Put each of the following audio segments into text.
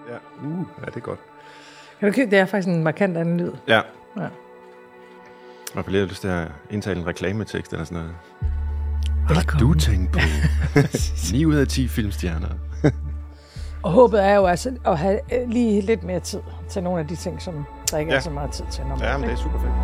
Ja. Ja, det er godt. Det er faktisk en markant anden lyd. Ja. Ja. Og jeg har lyst til at indtale en reklametekst eller sådan noget. Velkommen. Har du tænkt på 9 ud af 10 filmstjerner? Og håbet er jo altså at have lige lidt mere tid til nogle af de ting, som der ikke er så meget tid til. Ja, men det er super fedt.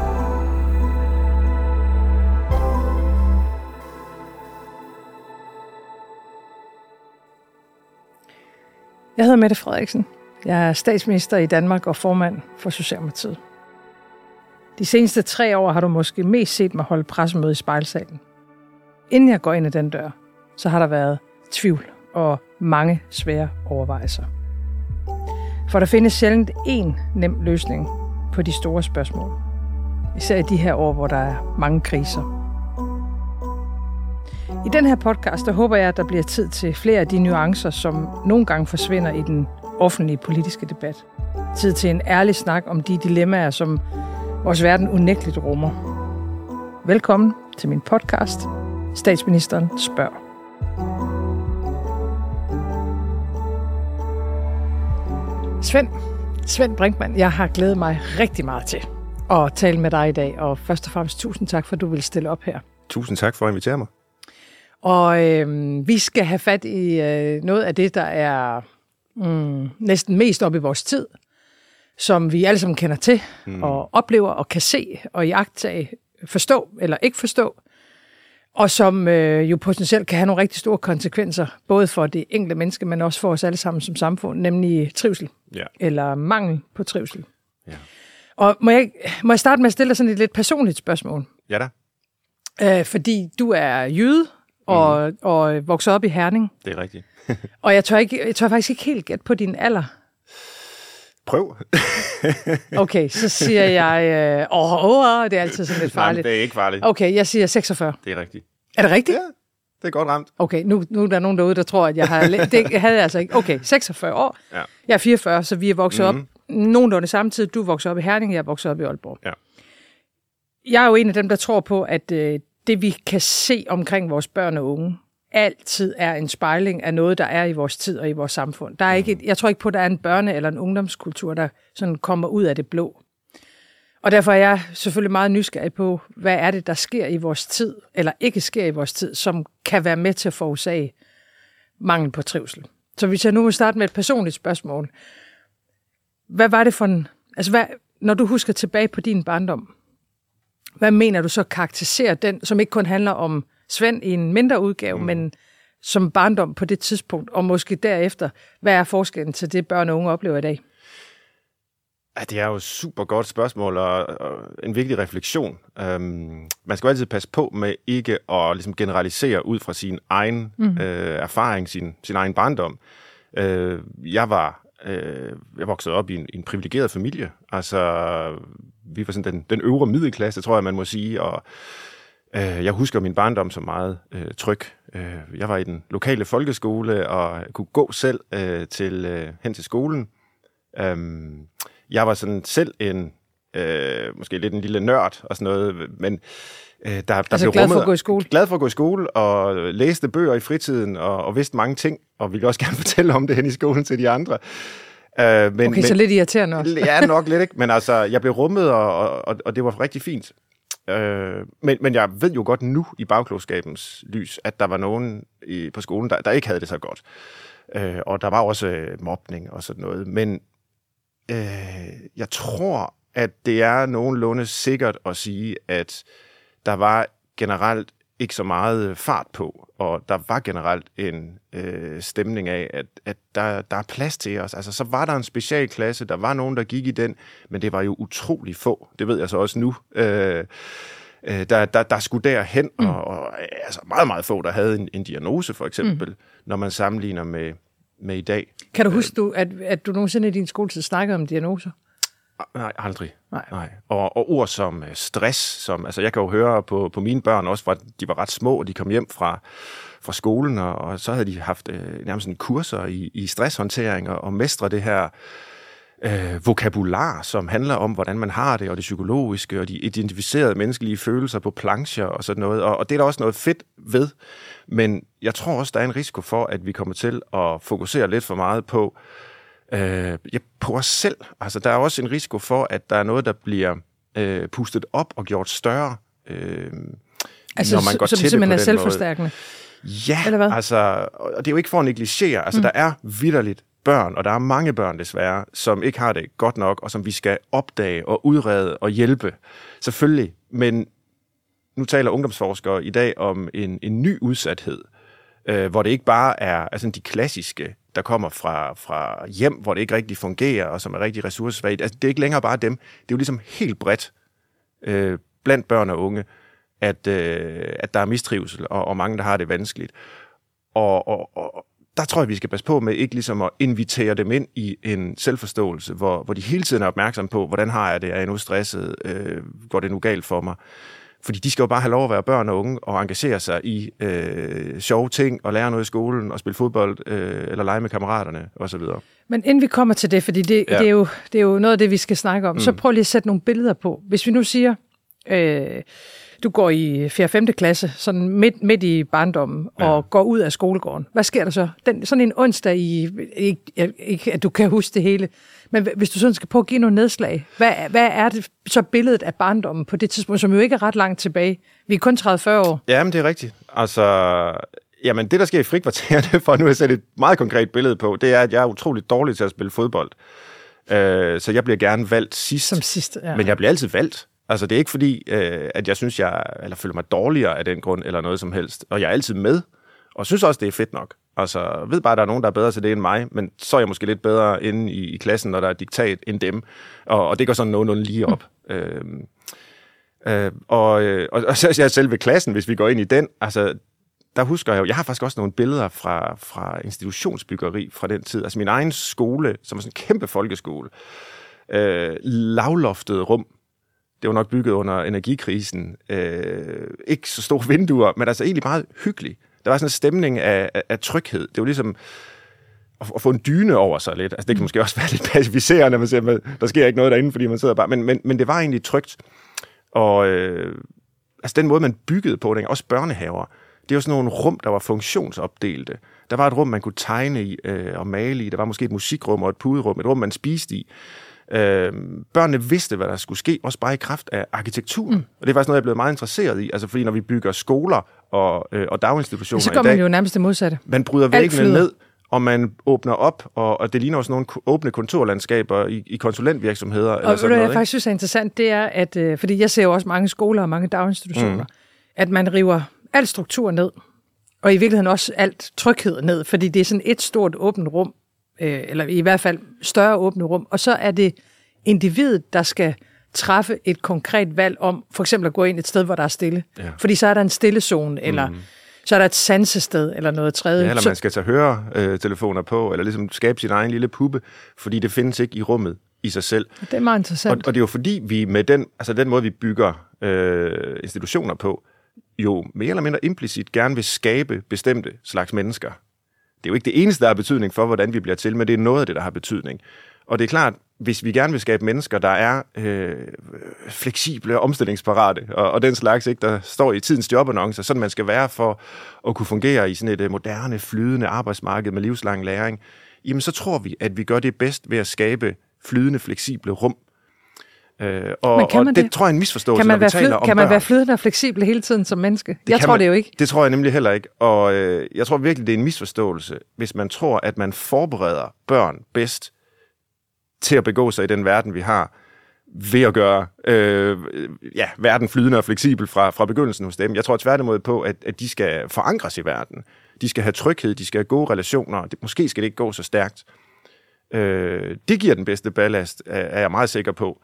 Jeg hedder Mette Frederiksen. Jeg er statsminister i Danmark og formand for Socialdemokratiet. De seneste 3 år har du måske mest set mig holde pressemøde i Spejlsalen. Inden jeg går ind ad den dør, så har der været tvivl og mange svære overvejelser. For der findes sjældent én nem løsning på de store spørgsmål. Især i de her år, hvor der er mange kriser. I den her podcast, der håber jeg, at der bliver tid til flere af de nuancer, som nogle gange forsvinder i den offentlige politiske debat. Tid til en ærlig snak om de dilemmaer, som vores verden unægteligt rummer. Velkommen til min podcast, Statsministeren spørger. Svend Brinkmann, jeg har glædet mig rigtig meget til at tale med dig i dag, og først og fremmest tusind tak, for at du vil stille op her. Tusind tak for at invitere mig. Og vi skal have fat i noget af det, der er næsten mest op i vores tid, som vi alle sammen kender til og oplever og kan se og iagttage, forstå eller ikke forstå, og som jo potentielt kan have nogle rigtig store konsekvenser, både for det enkelte menneske, men også for os alle sammen som samfund, nemlig trivsel, eller mangel på trivsel. Ja. Og må jeg starte med at stille dig sådan et lidt personligt spørgsmål? Ja da. Fordi du er jyde og vokset op i Herning. Det er rigtigt. Og jeg tør faktisk ikke helt gætte på din alder. Prøv. Okay, så siger jeg... det er altid sådan lidt farligt. Nej, det er ikke farligt. Okay, jeg siger 46. Det er rigtigt. Er det rigtigt? Ja, det er godt ramt. Okay, nu er der nogen derude, der tror, at jeg har... Det havde jeg altså ikke. Okay, 46 år. Ja. Jeg er 44, så vi er vokset op nogenlunde samtidig. Du er vokset op i Herning, jeg er vokset op i Aalborg. Ja. Jeg er jo en af dem, der tror på, at det vi kan se omkring vores børn og unge, altid er en spejling af noget, der er i vores tid og i vores samfund. Der er ikke, jeg tror ikke på, at der er en børne- eller en ungdomskultur, der sådan kommer ud af det blå. Og derfor er jeg selvfølgelig meget nysgerrig på, hvad er det, der sker i vores tid, eller ikke sker i vores tid, som kan være med til at forårsage mangel på trivsel. Så hvis jeg nu vil starte med et personligt spørgsmål. Hvad var det for en... Altså, når du husker tilbage på din barndom, hvad mener du så karakteriserer den, som ikke kun handler om Svend i en mindre udgave, men som barndom på det tidspunkt, og måske derefter, hvad er forskellen til det, børn og unge oplever i dag? Ja, det er jo et super godt spørgsmål og en vigtig refleksion. Man skal jo altid passe på med ikke at ligesom generalisere ud fra sin egen erfaring, sin egen barndom. Jeg voksede op i en privilegeret familie. Altså, vi var sådan den øvre middelklasse, tror jeg, man må sige, og jeg husker min barndom som meget tryg. Jeg var i den lokale folkeskole og kunne gå selv hen til skolen. Jeg var sådan selv måske lidt en lille nørd og sådan noget, men der blev glad for at gå i skole? Glad for at gå i skole og læste bøger i fritiden og vidste mange ting, og ville også gerne fortælle om det hen i skolen til de andre. Men så lidt irriterende også. Ja, nok lidt, ikke? Men altså, jeg blev rummet, og det var rigtig fint. Men jeg ved jo godt nu i bagklogskabens lys, at der var nogen på skolen, der ikke havde det så godt. Og der var også mobning og sådan noget. Men jeg tror, at det er nogenlunde sikkert at sige, at der var generelt ikke så meget fart på, og der var generelt en stemning af, at der er plads til os. Altså, så var der en specialklasse, der var nogen, der gik i den, men det var jo utrolig få. Det ved jeg så også nu. Der skulle derhen, og altså meget, meget få, der havde en diagnose, for eksempel, når man sammenligner med i dag. Kan du huske, at du nogensinde i din skoletid snakkede om diagnoser? Nej, aldrig. Nej. Og ord som stress, altså jeg kan jo høre på mine børn også, hvor de var ret små, og de kom hjem fra skolen, og så havde de haft nærmest en kurser i stresshåndtering og mestre det her vokabular, som handler om, hvordan man har det, og det psykologiske, og de identificerede menneskelige følelser på plancher og sådan noget. Og det er der også noget fedt ved, men jeg tror også, der er en risiko for, at vi kommer til at fokusere lidt for meget på På os selv. Altså, der er også en risiko for, at der er noget, der bliver pustet op og gjort større, altså, når man går som til det på simpelthen den er selvforstærkende? Ja, eller hvad? altså, og det er jo ikke for at negligere. Altså, der er vitterligt børn, og der er mange børn desværre, som ikke har det godt nok, og som vi skal opdage og udrede og hjælpe. Selvfølgelig, men nu taler ungdomsforskere i dag om en ny udsathed, hvor det ikke bare er altså de klassiske, der kommer fra hjem, hvor det ikke rigtig fungerer, og som er rigtig ressourcesvagt. Altså, det er ikke længere bare dem. Det er jo ligesom helt bredt blandt børn og unge, at der er mistrivsel, og mange, der har det vanskeligt. Og der tror jeg, vi skal passe på med ikke ligesom at invitere dem ind i en selvforståelse, hvor de hele tiden er opmærksom på, hvordan har jeg det, er jeg nu stresset, går det nu galt for mig? Fordi de skal jo bare have lov at være børn og unge og engagere sig i sjove ting og lære noget i skolen og spille fodbold eller lege med kammeraterne osv. Men inden vi kommer til det, fordi det er jo noget af det, vi skal snakke om, så prøv lige at sætte nogle billeder på. Hvis vi nu siger, du går i 4. og 5. klasse, sådan midt i barndommen, og går ud af skolegården. Hvad sker der så? Sådan en onsdag ikke at du kan huske det hele, men hvis du sådan skal prøve at give nogle nedslag, hvad er det så billedet af barndommen på det tidspunkt, som jo ikke er ret langt tilbage? Vi er kun 30-40 år. Jamen, det er rigtigt. Altså, jamen, det der sker i frikvartererne, for nu at sætte et meget konkret billede på, det er, at jeg er utroligt dårlig til at spille fodbold. Så jeg bliver gerne valgt sidst. Som sidst, ja. Men jeg bliver altid valgt. Altså, det er ikke fordi, at jeg synes, eller føler mig dårligere af den grund, eller noget som helst. Og jeg er altid med, og synes også, det er fedt nok. Altså, jeg ved bare, at der er nogen, der er bedre til det end mig, men så er jeg måske lidt bedre inde i klassen, når der er diktat end dem. Og det går sådan nogenlunde lige op. Og så er selve klassen, hvis vi går ind i den, altså, der husker jeg har faktisk også nogle billeder fra institutionsbyggeri fra den tid. Altså min egen skole, som var sådan en kæmpe folkeskole, lavloftede rum. Det var nok bygget under energikrisen. Ikke så store vinduer, men altså egentlig meget hyggeligt. Der var sådan en stemning af tryghed. Det var ligesom at få en dyne over sig lidt. Altså det kan måske også være lidt pacificerende, når man siger, der sker ikke noget derinde, fordi man sidder bare... Men det var egentlig trygt. Og altså den måde, man byggede på, også børnehaver, det var sådan nogle rum, der var funktionsopdelte. Der var et rum, man kunne tegne i og male i. Der var måske et musikrum og et puderum, et rum, man spiste i. Børnene vidste, hvad der skulle ske, også bare i kraft af arkitekturen. Og det er faktisk noget, jeg er blevet meget interesseret i. Altså fordi når vi bygger skoler og daginstitutioner så gør man jo nærmest det modsatte. Man bryder væggene ned, og man åbner op, og det ligner også nogle åbne kontorlandskaber i konsulentvirksomheder. Og hvad jeg faktisk synes er interessant, det er, at fordi jeg ser jo også mange skoler og mange daginstitutioner, at man river al struktur ned, og i virkeligheden også alt tryghed ned, fordi det er sådan et stort åbent rum, eller i hvert fald større åbne rum, og så er det individet, der skal træffe et konkret valg om, for eksempel at gå ind et sted, hvor der er stille. Ja. Fordi så er der en stillezone, eller så er der et sansested, eller noget tredje. Ja, eller man skal tage høretelefoner på, eller ligesom skabe sin egen lille puppe, fordi det findes ikke i rummet i sig selv. Det er meget interessant. Og det er jo fordi, vi med den måde, vi bygger institutioner på, jo mere eller mindre implicit gerne vil skabe bestemte slags mennesker. Det er jo ikke det eneste, der har betydning for, hvordan vi bliver til, men det er noget af det, der har betydning. Og det er klart, hvis vi gerne vil skabe mennesker, der er fleksible og omstillingsparate, og den slags, ikke, der står i tidens jobannoncer, sådan man skal være for at kunne fungere i sådan et moderne, flydende arbejdsmarked med livslang læring, jamen så tror vi, at vi gør det bedst ved at skabe flydende, fleksible rum. Og det tror jeg er en misforståelse, når vi taler om børn. Kan man være flydende og fleksibel hele tiden som menneske? Jeg tror det jo ikke. Det tror jeg nemlig heller ikke. Og jeg tror virkelig, det er en misforståelse, hvis man tror, at man forbereder børn bedst til at begå sig i den verden, vi har, ved at gøre verden flydende og fleksibel fra begyndelsen hos dem. Jeg tror tværtimod på, at de skal forankres i verden. De skal have tryghed, de skal have gode relationer. Måske skal det ikke gå så stærkt. Det giver den bedste ballast, er jeg meget sikker på.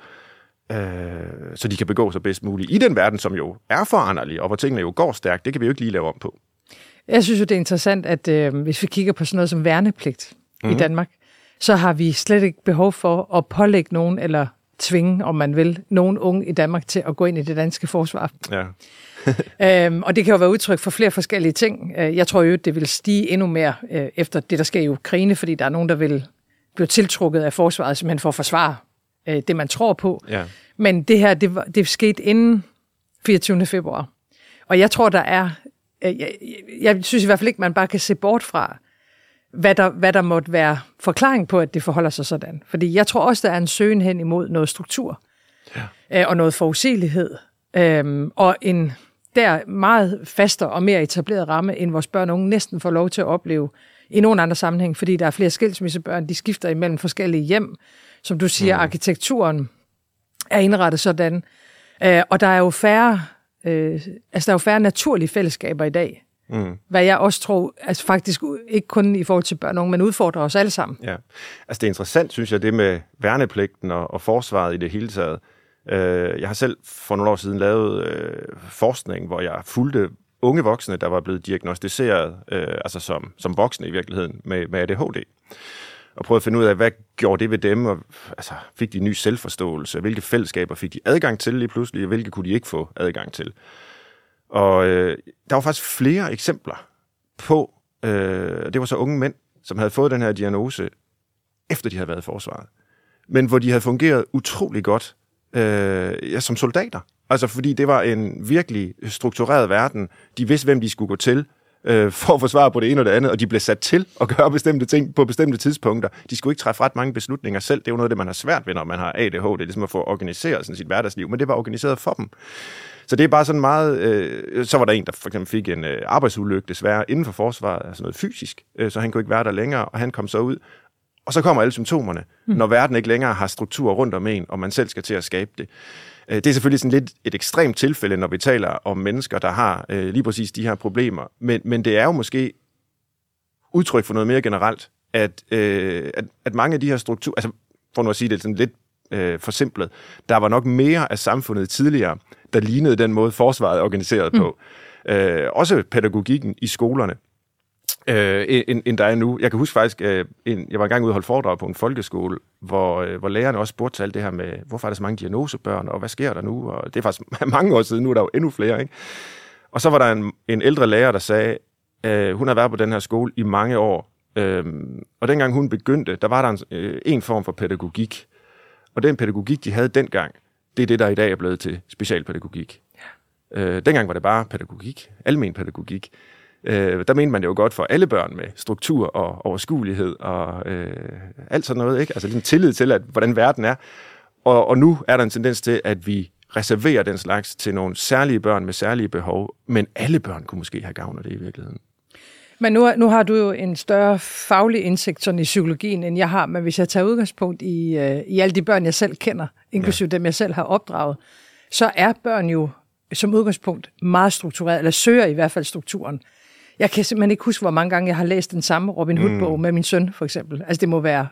Så de kan begå sig bedst muligt i den verden, som jo er foranderlig, og hvor tingene jo går stærkt. Det kan vi jo ikke lige lave om på. Jeg synes jo, det er interessant, at hvis vi kigger på sådan noget som værnepligt i Danmark, så har vi slet ikke behov for at pålægge nogen, eller tvinge, om man vil, nogen unge i Danmark til at gå ind i det danske forsvar. Ja. Og det kan jo være udtryk for flere forskellige ting. Jeg tror jo, det vil stige endnu mere efter det, der sker i Ukraine, fordi der er nogen, der vil blive tiltrukket af forsvaret, simpelthen for at forsvare det, man tror på. Ja. Men det her, det skete inden 24. februar. Og jeg tror, der er... Jeg synes i hvert fald ikke, man bare kan se bort fra, hvad der måtte være forklaring på, at det forholder sig sådan. Fordi jeg tror også, der er en søgen hen imod noget struktur og noget forudsigelighed og en der meget fastere og mere etableret ramme, end vores børn og unge næsten får lov til at opleve i nogle andre sammenhæng, fordi der er flere skilsmissebørn, de skifter imellem forskellige hjem. Som du siger, arkitekturen er indrettet sådan. Og der er jo færre, naturlige fællesskaber i dag. Hvad jeg også tror, altså faktisk ikke kun i forhold til børn og unge, men udfordrer os alle sammen. Ja, altså det er interessant, synes jeg, det med værnepligten og forsvaret i det hele taget. Jeg har selv for nogle år siden lavet forskning, hvor jeg fulgte unge voksne, der var blevet diagnosticeret, altså som voksne i virkeligheden, med ADHD. Og prøvede at finde ud af, hvad gjorde det ved dem, og altså, fik de ny selvforståelse, hvilke fællesskaber fik de adgang til lige pludselig, og hvilke kunne de ikke få adgang til. Og der var faktisk flere eksempler på, det var så unge mænd, som havde fået den her diagnose, efter de havde været i forsvaret, men hvor de havde fungeret utrolig godt som soldater. Altså fordi det var en virkelig struktureret verden. De vidste, hvem de skulle gå til for at forsvare på det ene og det andet, og de blev sat til at gøre bestemte ting på bestemte tidspunkter. De skulle ikke træffe ret mange beslutninger selv. Det er jo noget af det, man har svært ved, når man har ADHD. Det er ligesom at få organiseret sådan sit hverdagsliv, men det var organiseret for dem. Så det er bare sådan meget... så var der en, der for eksempel fik en arbejdsulykke desværre inden for forsvaret, altså noget fysisk, så han kunne ikke være der længere, og han kom så ud. Og så kommer alle symptomerne, når verden ikke længere har struktur rundt om en, og man selv skal til at skabe det. Det er selvfølgelig sådan lidt et ekstremt tilfælde, når vi taler om mennesker, der har lige præcis de her problemer. Men det er jo måske udtryk for noget mere generelt, at mange af de her strukturer, altså for nu at sige det sådan lidt forsimplet, der var nok mere af samfundet tidligere, der lignede den måde, forsvaret er organiseret på. Også pædagogikken i skolerne. End der er nu. Jeg kan huske faktisk, jeg var engang ude og holde foredrag på en folkeskole, hvor lærerne også spurgte til alt det her med, hvorfor er der så mange diagnosebørn, og hvad sker der nu? Og det er faktisk mange år siden, nu er der jo endnu flere, ikke? Og så var der en ældre lærer, der sagde, hun har været på den her skole i mange år, og dengang hun begyndte, der var der en form for pædagogik. Og den pædagogik, de havde dengang, det er det, der i dag er blevet til specialpædagogik. Ja. Dengang var det bare pædagogik, almen pædagogik. Der mente man det jo godt for alle børn med struktur og overskuelighed og alt sådan noget, ikke? Altså den tillid til, hvordan verden er. Og nu er der en tendens til, at vi reserverer den slags til nogle særlige børn med særlige behov, men alle børn kunne måske have gavn af det i virkeligheden. Men nu har du jo en større faglig indsigt sådan i psykologien, end jeg har, men hvis jeg tager udgangspunkt i alle de børn, jeg selv kender, inklusive dem, jeg selv har opdraget, så er børn jo som udgangspunkt meget struktureret, eller søger i hvert fald strukturen. Jeg kan simpelthen ikke huske, hvor mange gange jeg har læst den samme Robin Hood-bog med min søn, for eksempel. Altså, det må være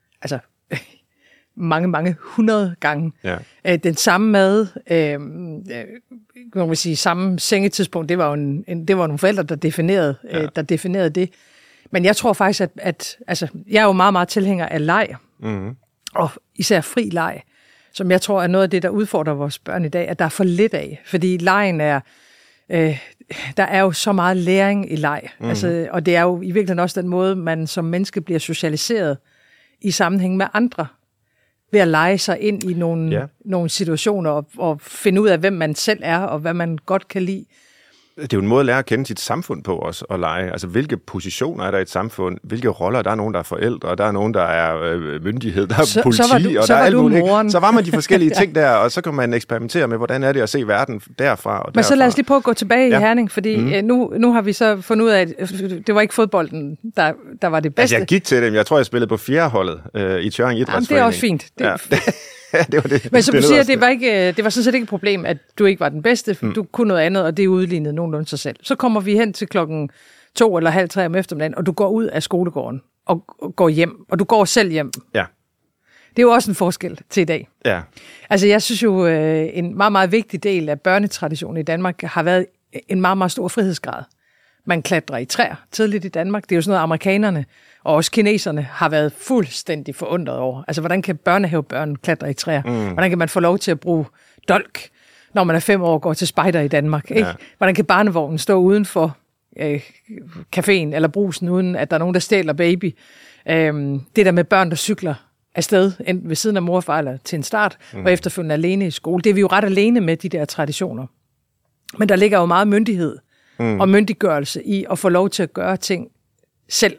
mange 100 gange. Ja. Den samme mad, kan man sige, samme sengetidspunkt, det var jo nogle forældre, der definerede det. Men jeg tror faktisk, at jeg er jo meget, meget tilhænger af leg, og især fri leg, som jeg tror er noget af det, der udfordrer vores børn i dag, at der er for lidt af. Fordi legen er... der er jo så meget læring i leg, og det er jo i virkeligheden også den måde, man som menneske bliver socialiseret i sammenhæng med andre, ved at lege sig ind i nogle situationer og finde ud af, hvem man selv er, og hvad man godt kan lide. Det er jo en måde at lære at kende sit samfund på også, at lege. Altså, hvilke positioner er der i et samfund? Hvilke roller? Der er nogen, der er forældre, der er nogen, der er myndighed, der er politi, og der er alt muligt. Så var man de forskellige ting der, og så kan man eksperimentere med, hvordan er det at se verden derfra og derfra. Men så lad os lige prøve at gå tilbage i Herning, fordi nu har vi så fundet ud af, at det var ikke fodbolden, der var det bedste. Altså, jeg gik til det, jeg tror, jeg spillede på 4. holdet i Tjørring Idrætsforening. Det er også fint. Det var det. Men som du siger, det var sådan set ikke et problem, at du ikke var den bedste, for du kunne noget andet, og det udlignede nogenlunde sig selv. Så kommer vi hen til 2 eller 2:30 om eftermiddagen, og du går ud af skolegården og går hjem, og du går selv hjem. Ja. Det er jo også en forskel til i dag. Ja. Altså, jeg synes jo, en meget, meget vigtig del af børnetraditionen i Danmark har været en meget, meget stor frihedsgrad. Man klatrer i træer tidligt i Danmark. Det er jo sådan noget, amerikanerne og også kineserne har været fuldstændig forundret over. Altså, hvordan kan børnehavebørn klatre i træer? Hvordan kan man få lov til at bruge dolk, når man er 5 år og går til spejder i Danmark? Ikke? Ja. Hvordan kan barnevognen stå uden for caféen eller brusen, uden at der er nogen, der stjæler baby? Det der med børn, der cykler afsted, enten ved siden af mor og far eller til en start, og efterfølgende alene i skole. Det er vi jo ret alene med, de der traditioner. Men der ligger jo meget myndighed og myndiggørelse i at få lov til at gøre ting selv.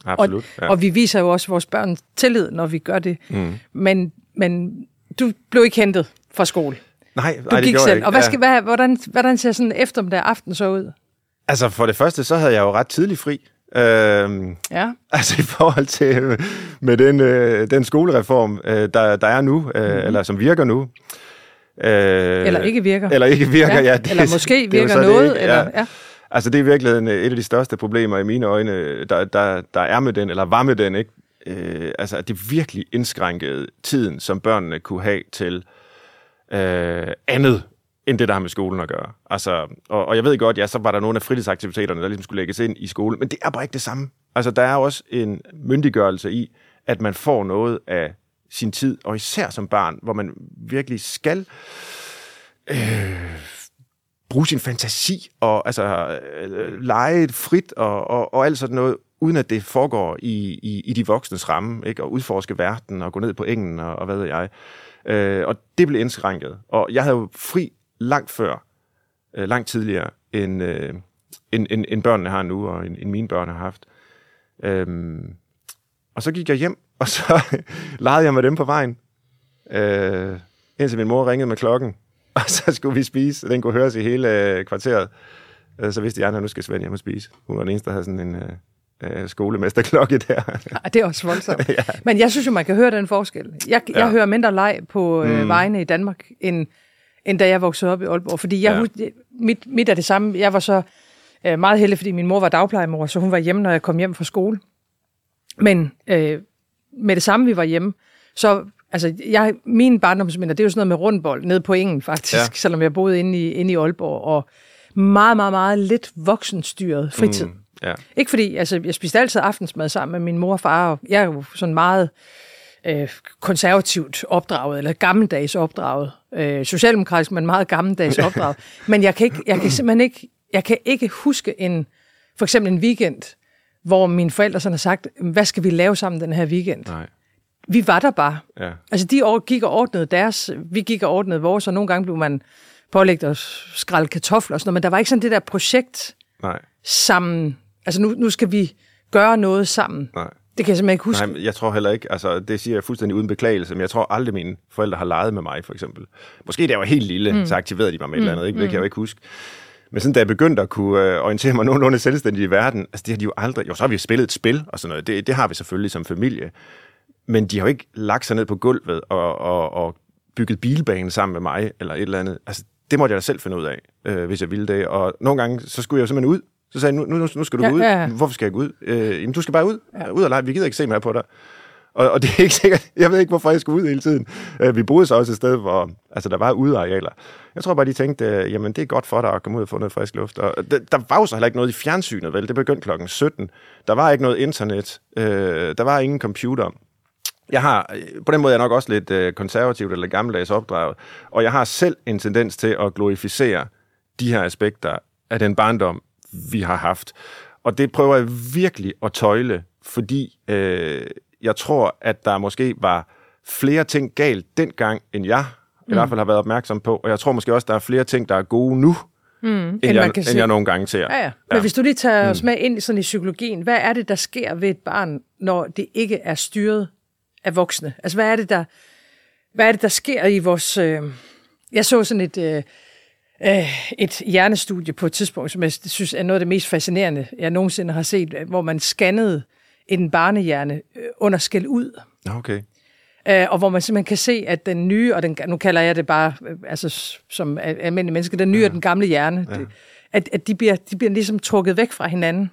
Absolut. Og vi viser jo også vores børn tillid, når vi gør det. Men du blev ikke hentet fra skole. Nej, du det gik gjorde selv. jeg ikke. Og hvordan ser sådan eftermiddag aften så ud? Altså for det første, så havde jeg jo ret tidlig fri. Altså i forhold til med den skolereform, der er nu, eller som virker nu. Eller ikke virker. Ja. Eller måske virker noget. Ja. Altså det er i virkeligheden et af de største problemer i mine øjne, der er med den, eller var med den, ikke? Altså at det virkelig indskrænkede tiden, som børnene kunne have til andet end det, der har med skolen at gøre. Altså, og jeg ved godt, så var der nogle af fritidsaktiviteterne, der ligesom skulle lægges ind i skolen, men det er bare ikke det samme. Altså, der er også en myndiggørelse i, at man får noget af sin tid, og især som barn, hvor man virkelig skal bruge sin fantasi, og altså lege frit, og alt sådan noget, uden at det foregår i de voksnes ramme, ikke? Og udforske verden, og gå ned på engen, og hvad ved jeg. Og det blev indskrænket. Og jeg havde jo fri langt tidligere, end børnene har nu, og end mine børn har haft. Og så gik jeg hjem, og så legede jeg med dem på vejen, indtil min mor ringede med klokken, og så skulle vi spise, og den kunne høres i hele kvarteret. Så vidste jeg, at nu skal Svend hjem og spise. Hun var den eneste, der havde sådan en skolemesterklokke der. Det er også voldsomt. Ja. Men jeg synes jo, man kan høre den forskel. Jeg hører mindre leg på vejene i Danmark, end da jeg voksede op i Aalborg. Fordi mit er det samme. Jeg var så meget heldig, fordi min mor var dagplejemor, så hun var hjemme, når jeg kom hjem fra skole. Men med det samme, vi var hjemme, så altså mine barndomsminder, det er jo sådan noget med rundbold nede på engen faktisk, selvom jeg boede inde i Aalborg, og meget, meget, meget lidt voksenstyret fritid. Ikke fordi, altså jeg spiste altid aftensmad sammen med min mor og far, og jeg er jo sådan meget konservativt opdraget, eller gammeldags opdraget. Socialdemokratisk, men meget gammeldags opdraget. Men jeg kan ikke huske for eksempel en weekend, hvor mine forældre sådan har sagt, hvad skal vi lave sammen den her weekend? Nej. Vi var der bare. Ja. Altså de gik og ordnede deres, vi gik og ordnede vores, og nogle gange blev man pålægt at skrælle kartofler og sådan noget, men der var ikke sådan det der projekt sammen. Altså nu skal vi gøre noget sammen. Nej. Det kan jeg simpelthen ikke huske. Nej, jeg tror heller ikke, altså det siger jeg fuldstændig uden beklagelse, men jeg tror aldrig, mine forældre har leget med mig, for eksempel. Måske da jeg var helt lille, så aktiverede de mig med et eller andet, ikke? Det kan jeg jo ikke huske. Men sådan da jeg begyndte at kunne orientere mig nogenlunde selvstændigt i verden, altså det har de jo aldrig, jo så har vi jo spillet et spil og sådan noget, det har vi selvfølgelig som familie, men de har jo ikke lagt sig ned på gulvet og bygget bilbanen sammen med mig, eller et eller andet. Altså det måtte jeg da selv finde ud af, hvis jeg ville det, og nogle gange, så skulle jeg jo simpelthen ud. Så sagde jeg, nu skal du ud. Ja. Hvorfor skal jeg gå ud? Jamen, du skal bare ud. Ud og lege. Vi gider ikke se mere på dig. Og det er ikke sikkert. Jeg ved ikke, hvorfor jeg skulle ud hele tiden. Vi boede så også et sted, hvor der var udearealer. Jeg tror bare, de tænkte, jamen, det er godt for dig at komme ud og få noget frisk luft. Og der var jo så heller ikke noget i fjernsynet, vel? Det begyndte klokken 17. Der var ikke noget internet. Der var ingen computer. Jeg har, på den måde er jeg nok også lidt konservativt eller gammeldags opdraget. Og jeg har selv en tendens til at glorificere de her aspekter af den barndom, vi har haft. Og det prøver jeg virkelig at tøjle, fordi jeg tror, at der måske var flere ting galt dengang, end jeg i hvert fald har været opmærksom på. Og jeg tror måske også, der er flere ting, der er gode nu, end jeg nogle gange ser. Ja. Men hvis du lige tager os med ind sådan i psykologien, hvad er det, der sker ved et barn, når det ikke er styret af voksne? Altså, hvad er det, der sker i vores... Jeg så sådan et hjernestudie på et tidspunkt, som jeg synes er noget af det mest fascinerende, jeg nogensinde har set, hvor man scannede en barnehjerne under skæld ud. Okay. Og hvor man simpelthen kan se, at den nye, og nu kalder jeg det bare, altså som almindelige mennesker, den nye og den gamle hjerne, at de bliver ligesom trukket væk fra hinanden.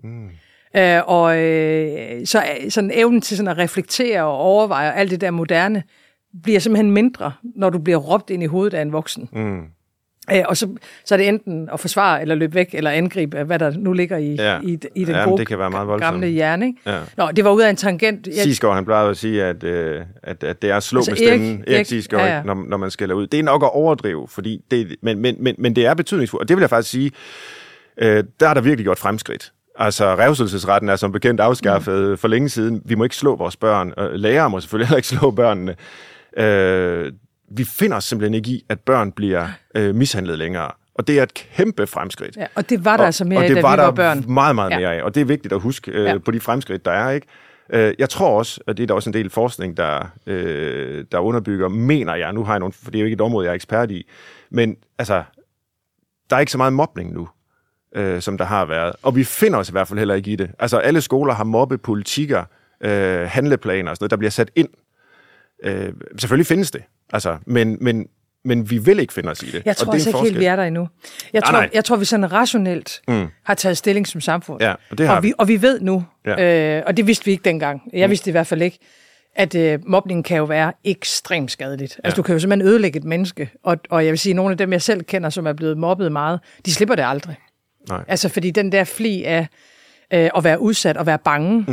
Så sådan evnen til sådan at reflektere og overveje alt det der moderne, bliver simpelthen mindre, når du bliver råbt ind i hovedet af en voksen. Og så er det enten at forsvare, eller løbe væk, eller angribe, hvad der nu ligger i den gode det kan være meget gamle hjerne. Ikke? Ja. Nå, det var ud af en tangent. Sigsgaard, han plejede at sige, at det er at slå med stemmen, Erik Sigsgaard, når man skælder ud. Det er nok at overdrive, fordi men det er betydningsfuldt. Og det vil jeg faktisk sige, der er der virkelig gjort fremskridt. Altså, revselsesretten er som bekendt afskaffet for længe siden. Vi må ikke slå vores børn. Lærere må selvfølgelig heller ikke slå børnene. Vi finder os simpelthen ikke i, at børn bliver mishandlet længere. Og det er et kæmpe fremskridt. Ja, og det var der altså mere af, da vi var børn. Og det var der meget mere af, og det er vigtigt at huske på de fremskridt, der er, ikke? Jeg tror også, og det er der også en del forskning, der underbygger, mener jeg, nu har jeg nogle, for det er jo ikke et område, jeg er ekspert i, men altså, der er ikke så meget mobning nu, som der har været. Og vi finder os i hvert fald heller ikke i det. Altså, alle skoler har mobbepolitikker, handleplaner og sådan noget, der bliver sat ind. Selvfølgelig findes det, altså, men vi vil ikke finde os i det. Jeg tror også ikke helt, vi er der endnu. Jeg tror, vi sådan rationelt har taget stilling som samfund. Ja, og det har vi. Og vi ved nu, og det vidste vi ikke dengang, jeg vidste det i hvert fald ikke, at mobning kan jo være ekstremt skadeligt. Altså, du kan jo simpelthen ødelægge et menneske, og jeg vil sige, at nogle af dem, jeg selv kender, som er blevet mobbet meget, de slipper det aldrig. Nej. Altså, fordi den der fli af at være udsat og være bange,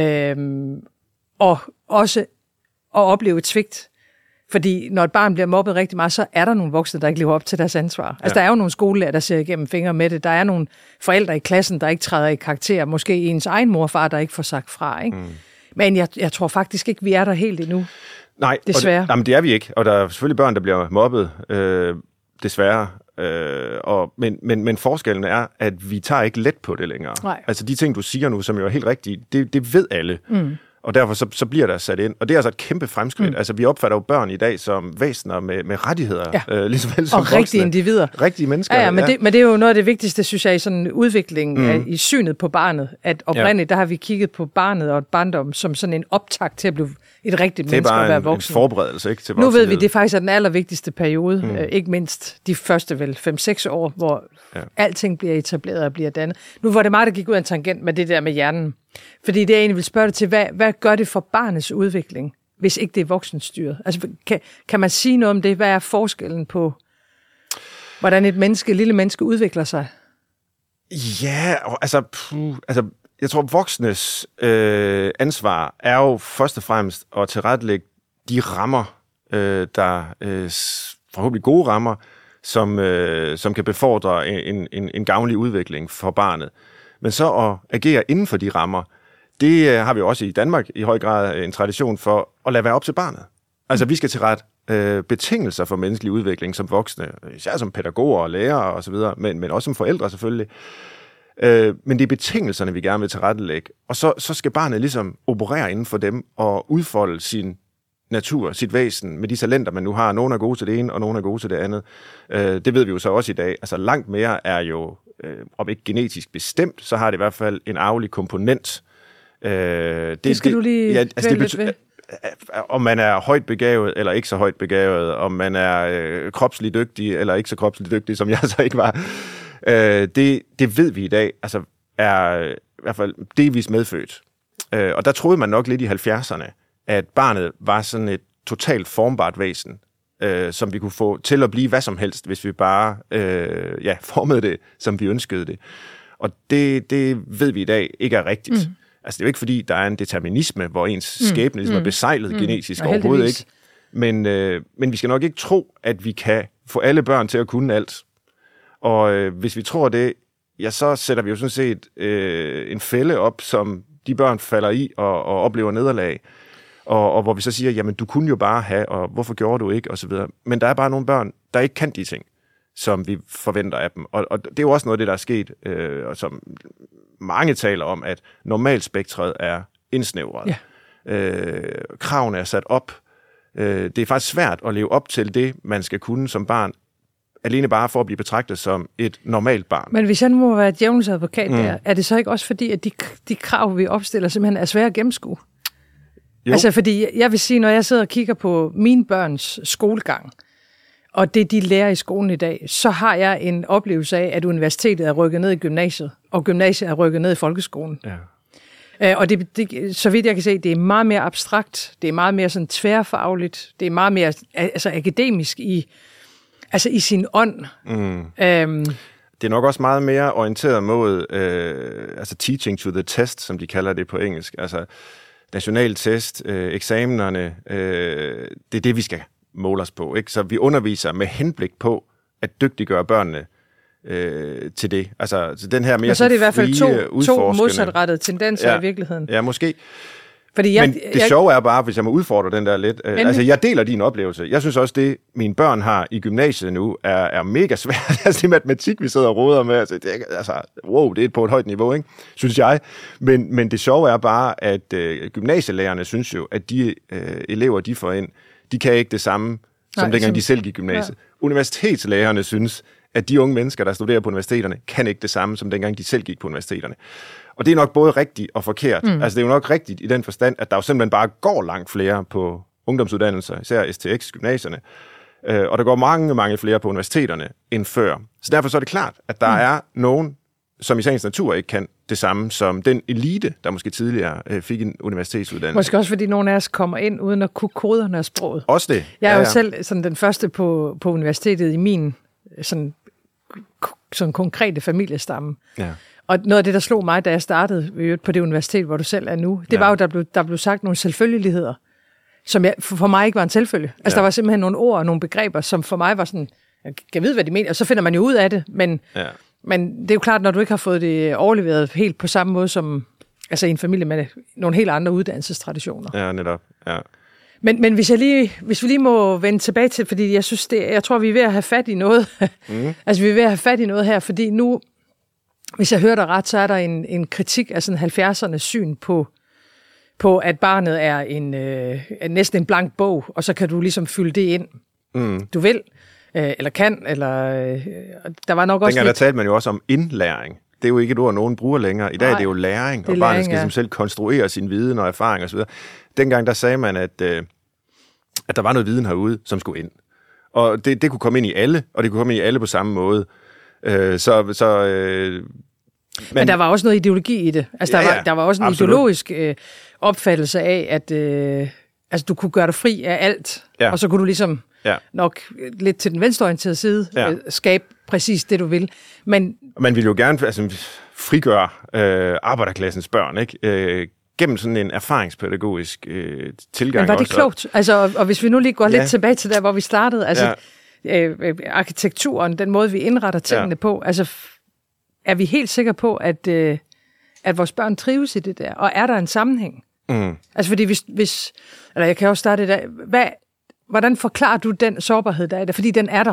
og også at opleve et svigt. Fordi når et barn bliver mobbet rigtig meget, så er der nogle voksne, der ikke lever op til deres ansvar. Altså, der er jo nogle skolelærer, der ser igennem fingre med det. Der er nogle forældre i klassen, der ikke træder i karakter. Måske ens egen mor og far, der ikke får sagt fra, ikke? Men jeg tror faktisk ikke, vi er der helt endnu. Nej, desværre. Jamen, det er vi ikke. Og der er selvfølgelig børn, der bliver mobbet, desværre. Men forskellen er, at vi tager ikke let på det længere. Nej. Altså de ting, du siger nu, som jo er helt rigtige, det ved alle. Og derfor så bliver der sat ind. Og det er altså et kæmpe fremskridt. Altså vi opfatter jo børn i dag som væsener med rettigheder. Ligesom vel som og voksne. Rigtige individer. Rigtige mennesker. Ja, men det er jo noget af det vigtigste, synes jeg, i sådan udviklingen i synet på barnet. At oprindeligt, der har vi kigget på barnet og et barndom som sådan en optakt til at blive et rigtigt menneske og være voksen. Det er bare en forberedelse, ikke, til voksenhed. Nu ved vi, det faktisk er den allervigtigste periode. Ikke mindst de første vel 5-6 år, hvor alting bliver etableret og bliver dannet. Nu var det meget, der gik ud af en tangent med det der med hjernen. Fordi det jeg egentlig vil spørge dig til, hvad gør det for barnets udvikling, hvis ikke det er voksenstyret? Altså, kan man sige noget om det? Hvad er forskellen på, hvordan et lille menneske udvikler sig? Ja, altså jeg tror, voksnes ansvar er jo først og fremmest at tilrettelægge de rammer, der forhåbentlig gode rammer, som kan befordre en gavnlig udvikling for barnet. Men så at agere inden for de rammer, det har vi også i Danmark i høj grad en tradition for at lade være op til barnet. Altså vi skal tilrette betingelser for menneskelig udvikling som voksne, især som pædagoger og lærere osv., men også som forældre selvfølgelig. Men det er betingelserne, vi gerne vil tilrettelægge. Og så skal barnet ligesom operere inden for dem og udfolde sin natur, sit væsen med de talenter, man nu har. Nogle er gode til det ene, og nogle er gode til det andet. Det ved vi jo så også i dag. Altså langt mere er jo, om ikke genetisk bestemt, så har det i hvert fald en arvelig komponent. Det skal du lige lidt ved. Om man er højt begavet eller ikke så højt begavet, om man er kropsligt dygtig eller ikke så kropsligt dygtig, som jeg så ikke var. Det ved vi i dag, altså er i hvert fald delvis medfødt. Og der troede man nok lidt i 70'erne, at barnet var sådan et totalt formbart væsen, som vi kunne få til at blive hvad som helst, hvis vi bare formede det, som vi ønskede det. Og det ved vi i dag ikke er rigtigt. Altså det er jo ikke fordi, der er en determinisme, hvor ens skæbne ligesom er besejlet genetisk overhovedet ikke. Men vi skal nok ikke tro, at vi kan få alle børn til at kunne alt. Og hvis vi tror det, ja, så sætter vi jo sådan set en fælde op, som de børn falder i og oplever nederlag. Og hvor vi så siger, jamen du kunne jo bare have, og hvorfor gjorde du ikke, og så videre. Men der er bare nogle børn, der ikke kan de ting, som vi forventer af dem. Og det er jo også noget af det, der er sket, og som mange taler om, at normalspektret er indsnævret. Ja. Kravene er sat op. Det er faktisk svært at leve op til det, man skal kunne som barn, alene bare for at blive betragtet som et normalt barn. Men hvis jeg nu må være et djævelens advokat der, er det så ikke også fordi, at de krav, vi opstiller, simpelthen er svære at gennemskue? Jo. Altså fordi, jeg vil sige, når jeg sidder og kigger på mine børns skolegang, og det, de lærer i skolen i dag, så har jeg en oplevelse af, at universitetet er rykket ned i gymnasiet, og gymnasiet er rykket ned i folkeskolen. Ja. Og det, så vidt jeg kan se, det er meget mere abstrakt, det er meget mere sådan tværfagligt, det er meget mere altså akademisk i sin ånd. Det er nok også meget mere orienteret mod altså teaching to the test, som de kalder det på engelsk. Altså nationaltest, eksamenerne, det er det, vi skal måle os på. Ikke? Så vi underviser med henblik på at dygtiggøre børnene til det. Altså den her mere så er det i hvert fald to modsatrettede tendenser i virkeligheden. Ja, måske. Fordi Men det sjove er bare, hvis jeg må udfordre den der lidt. Altså, jeg deler din oplevelse. Jeg synes også, det mine børn har i gymnasiet nu, er mega svært. Altså, det matematik, vi sidder og roder med, det er på et højt niveau, ikke? Synes jeg. Men det sjove er bare, at gymnasielærerne synes jo, at de elever, de får ind, de kan ikke det samme, som dengang de selv gik i gymnasiet. Ja. Universitetslærerne synes, at de unge mennesker, der studerer på universiteterne, kan ikke det samme, som dengang de selv gik på universiteterne. Og det er nok både rigtigt og forkert. Altså det er jo nok rigtigt i den forstand, at der jo simpelthen bare går langt flere på ungdomsuddannelser, især STX-gymnasierne, og der går mange flere på universiteterne end før. Så derfor så er det klart, at der er nogen, som i sagens natur ikke kan det samme som den elite, der måske tidligere fik en universitetsuddannelse. Måske også fordi nogle af os kommer ind uden at kunne koderne af sproget. Også det. Jeg er jo selv sådan den første på universitetet i min sådan konkrete familiestamme. Ja. Og noget af det, der slog mig, da jeg startede på det universitet, hvor du selv er nu, det var jo, der blev sagt nogle selvfølgeligheder, som for mig ikke var en selvfølge. Altså der var simpelthen nogle ord og nogle begreber, som for mig var sådan, jeg kan vide, hvad de mener, og så finder man jo ud af det, men det er jo klart, når du ikke har fået det overleveret helt på samme måde som altså i en familie med nogle helt andre uddannelsestraditioner. Ja, netop. Ja. Men hvis vi lige må vende tilbage til, fordi jeg tror, vi er ved at have fat i noget. Altså vi er ved at have fat i noget her, fordi nu, hvis jeg hører dig ret, så er der en kritik af sådan 70'ernes syn på at barnet er næsten en blank bog, og så kan du ligesom fylde det ind, du vil, eller kan, eller der var nok også dengang der talte man jo også om indlæring. Det er jo ikke et ord, nogen bruger længere. I dag er det jo læring, og barnet skal selv konstruere sin viden og erfaring osv. Dengang der sagde man, at der var noget viden herude, som skulle ind. Og det kunne komme ind i alle, og det kunne komme ind i alle på samme måde. Men der var også noget ideologi i det. Altså der var også en ideologisk opfattelse af, at altså, du kunne gøre dig fri af alt, og så kunne du ligesom nok lidt til den venstreorienterede side skabe præcis det, du vil. Men man ville jo gerne frigøre arbejderklassens børn, ikke? Gennem sådan en erfaringspædagogisk tilgang. Men var det også klogt? Altså, og hvis vi nu lige går lidt tilbage til der, hvor vi startede, altså arkitekturen, den måde, vi indretter tingene på, altså er vi helt sikre på, at vores børn trives i det der? Og er der en sammenhæng? Altså fordi hvis eller jeg kan også starte i dag, hvordan forklarer du den sårbarhed, der er der? Fordi den er der.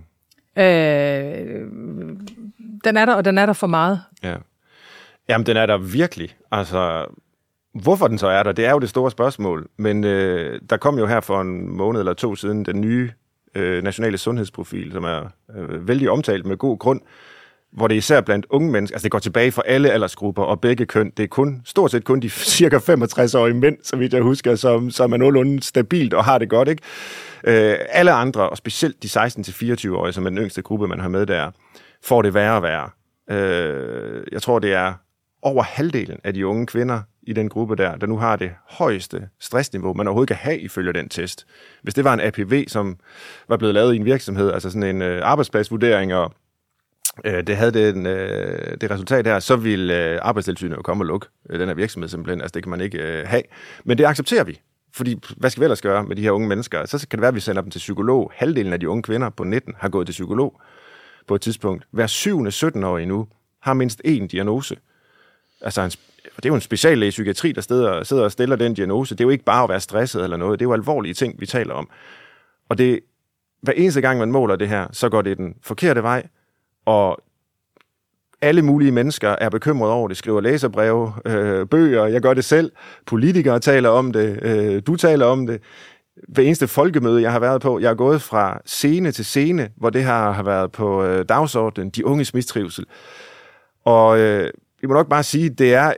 Den er der, og den er der for meget. Ja. Jamen, den er der virkelig. Altså, hvorfor den så er der, det er jo det store spørgsmål. Men der kom jo her for en måned eller to siden den nye nationale sundhedsprofil, som er vældig omtalt med god grund, hvor det især blandt unge mennesker, altså det går tilbage for alle aldersgrupper og begge køn, det er stort set kun de cirka 65-årige mænd, så vidt jeg husker, som er nogenlunde stabilt og har det godt, ikke? Alle andre, og specielt de 16-24-årige, som er den yngste gruppe, man har med der, får det værre og værre. Jeg tror, det er over halvdelen af de unge kvinder i den gruppe der nu har det højeste stressniveau, man overhovedet kan have ifølge den test. Hvis det var en APV, som var blevet lavet i en virksomhed, altså sådan en arbejdspladsvurdering, og det havde det resultat her, så ville Arbejdstilsynet jo komme og lukke den her virksomhed simpelthen. Altså det kan man ikke have. Men det accepterer vi. Fordi hvad skal vi ellers gøre med de her unge mennesker? Så kan det være, at vi sender dem til psykolog. Halvdelen af de unge kvinder på 19 har gået til psykolog på et tidspunkt. Hver 7. 17-årige nu har mindst én diagnose. Altså det er jo en speciallæge i psykiatri, der sidder og stiller den diagnose. Det er jo ikke bare at være stresset eller noget. Det er jo alvorlige ting, vi taler om. Og det hver eneste gang, man måler det her, så går det den forkerte vej. Og alle mulige mennesker er bekymrede over det, skriver læserbreve, bøger, jeg gør det selv, politikere taler om det, du taler om det. Hver eneste folkemøde, jeg har været på, jeg er gået fra scene til scene, hvor det her har været på dagsordenen, de unges mistrivsel. Og vi må nok bare sige, det er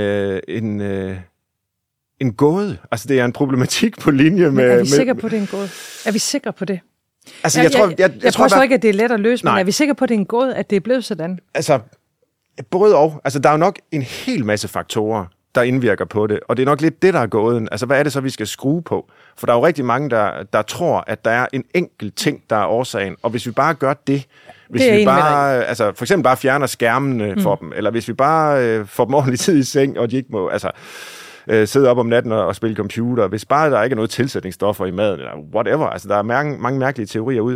en gåde. Altså det er en problematik på linje med... Men er vi sikre på, det er en gåde? Er vi sikre på det? Altså, jeg tror så ikke, at det er let at løse, men er vi sikre på, at det er en gåde, at det er blevet sådan? Altså, både og. Altså, der er jo nok en hel masse faktorer, der indvirker på det, og det er nok lidt det, der er gåden. Altså, hvad er det så, vi skal skrue på? For der er jo rigtig mange, der tror, at der er en enkelt ting, der er årsagen, og hvis vi bare gør det, hvis vi bare, altså, for eksempel bare fjerner skærmene for dem, eller hvis vi bare får dem ordentligt tid i seng, og de ikke må, altså... sidde op om natten og spille computer, hvis bare der ikke er noget tilsætningsstoffer i maden, eller whatever. Altså, der er mange mærkelige teorier ude.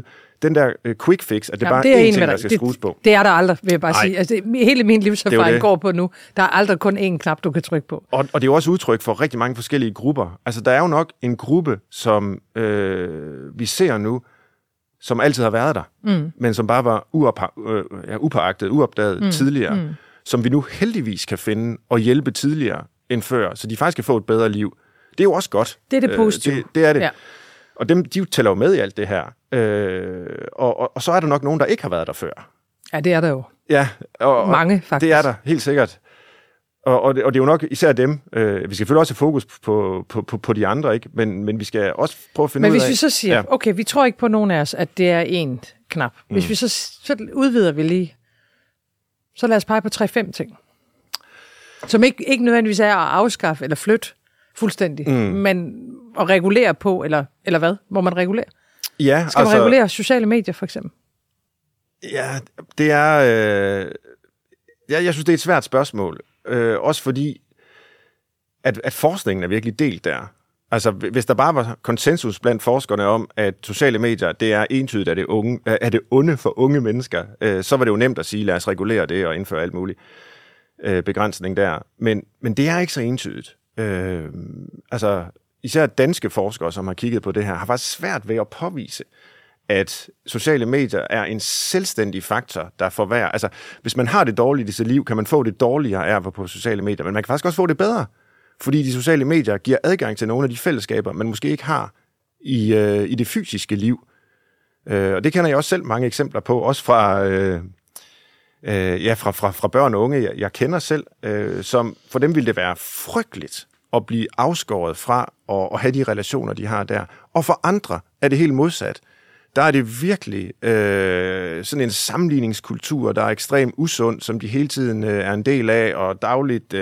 den der quick fix, at det bare er én ting, der skal skrues på. Det er der aldrig, vil jeg bare sige. Altså, hele min livserfaring går på nu. Der er aldrig kun én knap, du kan trykke på. Og det er jo også udtryk for rigtig mange forskellige grupper. Altså, der er jo nok en gruppe, som vi ser nu, som altid har været der, men som bare var upåagtet, uopdaget tidligere, som vi nu heldigvis kan finde og hjælpe tidligere end før, så de faktisk kan få et bedre liv. Det er jo også godt. Det er det positive. Det er det. Ja. Og de tæller jo med i alt det her. Og så er der nok nogen, der ikke har været der før. Ja, det er der jo. Ja. Og mange, faktisk. Det er der, helt sikkert. Og det er jo nok især dem. Vi skal selvfølgelig også have fokus på de andre, ikke? Men vi skal også prøve at finde ud af... Men hvis vi så siger, okay, vi tror ikke på nogen af os, at det er én knap. Hvis vi så udvider vi lige, så lad os pege på 3-5 ting. Som ikke nødvendigvis er at afskaffe eller flytte fuldstændig, men at regulere på, eller hvad? Må man regulere? Ja, skal man regulere sociale medier, for eksempel? Ja, det er... jeg synes, det er et svært spørgsmål. Også fordi, at forskningen er virkelig delt der. Altså, hvis der bare var konsensus blandt forskerne om, at sociale medier, det er entydigt, at det onde for unge mennesker, så var det jo nemt at sige, lad os regulere det og indføre alt muligt begrænsning der. Men det er ikke så entydigt. Altså, især danske forskere, som har kigget på det her, har faktisk svært ved at påvise, at sociale medier er en selvstændig faktor, der forværrer. Altså, hvis man har det dårligt i sit liv, kan man få det dårligere af at være på sociale medier, men man kan faktisk også få det bedre, fordi de sociale medier giver adgang til nogle af de fællesskaber, man måske ikke har i det fysiske liv. Og det kender jeg også selv mange eksempler på, også fra børn og unge, jeg kender selv, som for dem ville det være frygteligt at blive afskåret fra at have de relationer, de har der. Og for andre er det helt modsat. Der er det virkelig sådan en sammenligningskultur, der er ekstremt usund, som de hele tiden er en del af, og dagligt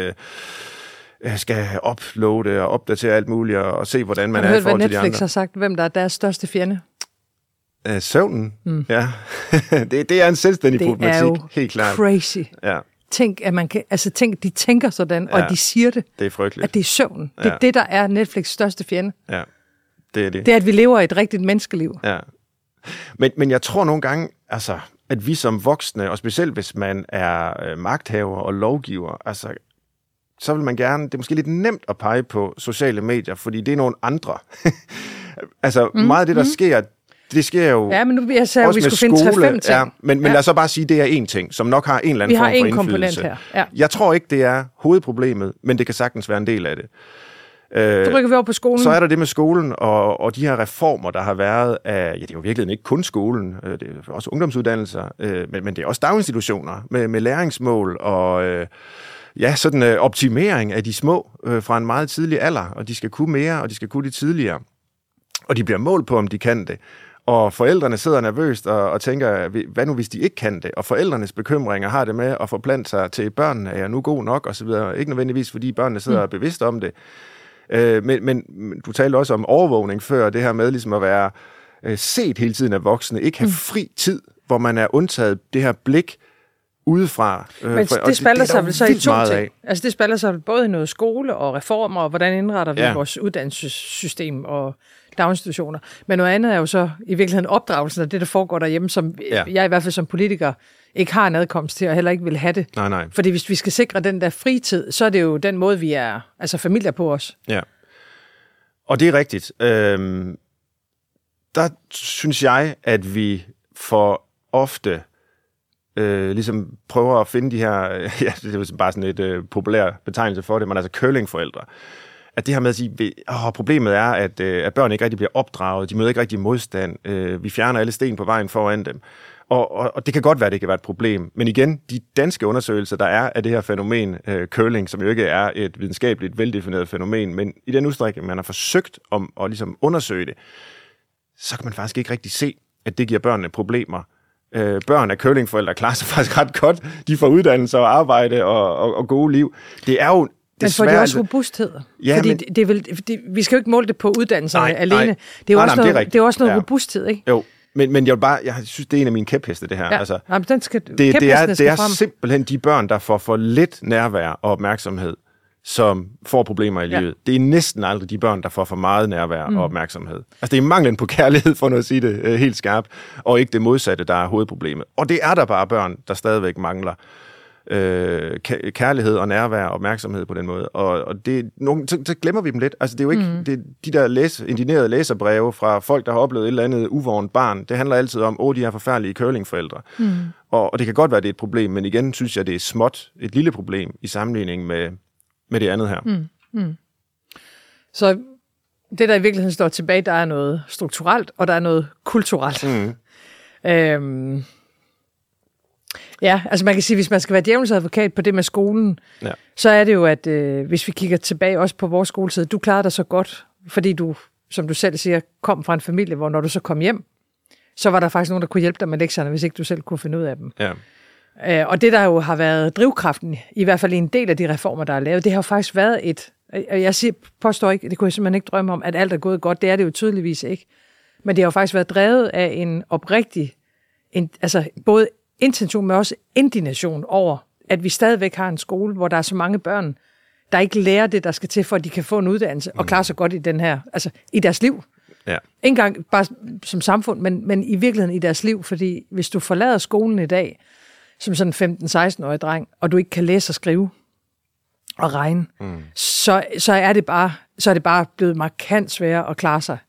skal uploade og opdatere alt muligt, og se, hvordan man er i forhold til de andre. Har du hørt, hvad Netflix har sagt, hvem der er deres største fjende? Søvnen, ja. det er en selvstændig problematik, helt klart. Det er jo crazy. Ja. Tænk, at de tænker sådan, og de siger det. Det er frygteligt. At det er søvn. Det er det, der er Netflix' største fjende. Ja, det er det. Det er, at vi lever et rigtigt menneskeliv. Ja. Men jeg tror nogle gange, altså, at vi som voksne, og specielt hvis man er magthaver og lovgiver, altså, så vil man gerne, det er måske lidt nemt at pege på sociale medier, fordi det er nogle andre. Altså, meget af det, der sker, det sker jo ja, men nu jeg sagde, også vi med skulle skole. Finde 3-5 ting. Ja, men lad os så bare sige, at det er én ting, som nok har en eller anden form for indflydelse. Vi har en komponent her. Ja. Jeg tror ikke, det er hovedproblemet, men det kan sagtens være en del af det. Så rykker vi over på skolen. Så er der det med skolen, og de her reformer, der har været af, det er jo virkelig ikke kun skolen, det er også ungdomsuddannelser, men det er også daginstitutioner med læringsmål og sådan optimering af de små fra en meget tidlig alder, og de skal kunne mere, og de skal kunne det tidligere. Og de bliver målt på, om de kan det. Og forældrene sidder nervøst og tænker, hvad nu hvis de ikke kan det? Og forældrenes bekymringer har det med at forplante sig til børnene, er jeg nu god nok, og så videre. Ikke nødvendigvis, fordi børnene sidder bevidst om det. Men du talte også om overvågning før, det her med ligesom at være set hele tiden af voksne, ikke have fri tid, hvor man er undtaget det her blik udefra. Men det spalder sig vel så i to ting. Altså det spalder sig både i noget skole og reformer, og hvordan indretter vi vores uddannelsessystem og daginstitutioner. Men noget andet er jo så i virkeligheden opdragelsen af det, der foregår derhjemme, som jeg i hvert fald som politiker ikke har en adkomst til, og heller ikke vil have det. Nej. Fordi hvis vi skal sikre den der fritid, så er det jo den måde, vi er familier på os. Ja. Og det er rigtigt. Der synes jeg, at vi for ofte ligesom prøver at finde de her, det er bare sådan et populær betegnelse for det, men altså curlingforældre. At det her med at sige, problemet er, at børn ikke rigtig bliver opdraget, de møder ikke rigtig modstand, vi fjerner alle sten på vejen foran dem. Og det kan godt være, at det kan være et problem. Men igen, de danske undersøgelser, der er af det her fænomen, curling, som jo ikke er et videnskabeligt veldefineret fænomen, men i den udstrækning, man har forsøgt om at ligesom undersøge det, så kan man faktisk ikke rigtig se, at det giver børnene problemer. Børn af curlingforældre klarer sig faktisk ret godt. De får uddannelse og arbejde og gode liv. Det er jo men får de også robusthed? Ja, fordi vi skal jo ikke måle det på uddannelserne alene. Det er jo også noget robusthed, ikke? Jo. Men jeg synes, det er en af mine kæpheste, det her. Ja. Altså, jamen, det er simpelthen de børn, der får for lidt nærvær og opmærksomhed. som får problemer i livet. Det er næsten aldrig de børn, der får for meget nærvær og opmærksomhed. Altså, det er manglen på kærlighed, for nu at sige det helt skarpt, og ikke det modsatte, der er hovedproblemet. Og det er der bare børn, der stadigvæk mangler kærlighed og nærvær og opmærksomhed på den måde. Og det, så glemmer vi dem lidt. Altså, det er jo ikke de der indignerede læserbreve fra folk, der har oplevet et eller andet uvårent barn. Det handler altid om, de her forfærdelige curlingforældre. Og det kan godt være, det er et problem, men igen synes jeg, det er småt, et lille problem i sammenligning med det andet her. Så det, der i virkeligheden står tilbage, der er noget strukturelt, og der er noget kulturelt. Ja, altså man kan sige, hvis man skal være djævelens advokat på det med skolen, så er det jo, at hvis vi kigger tilbage også på vores skoletid, du klarede dig så godt, fordi du, som du selv siger, kom fra en familie, hvor når du så kom hjem, så var der faktisk nogen, der kunne hjælpe dig med lektierne, hvis ikke du selv kunne finde ud af dem. Ja. Og det, der jo har været drivkraften, i hvert fald i en del af de reformer, der er lavet, det har jo faktisk været og jeg påstår ikke, det kunne jeg simpelthen ikke drømme om, at alt er gået godt, det er det jo tydeligvis ikke. Men det har jo faktisk været drevet af en oprigtig, altså både intention, men også indignation over, at vi stadigvæk har en skole, hvor der er så mange børn, der ikke lærer det, der skal til, for at de kan få en uddannelse og klare sig godt i den her, altså i deres liv. Ja. Ikke engang bare som samfund, men i virkeligheden i deres liv, fordi hvis du forlader skolen i dag, som sådan en 15-16-årig dreng, og du ikke kan læse og skrive og regne, så er det bare blevet markant sværere at klare sig.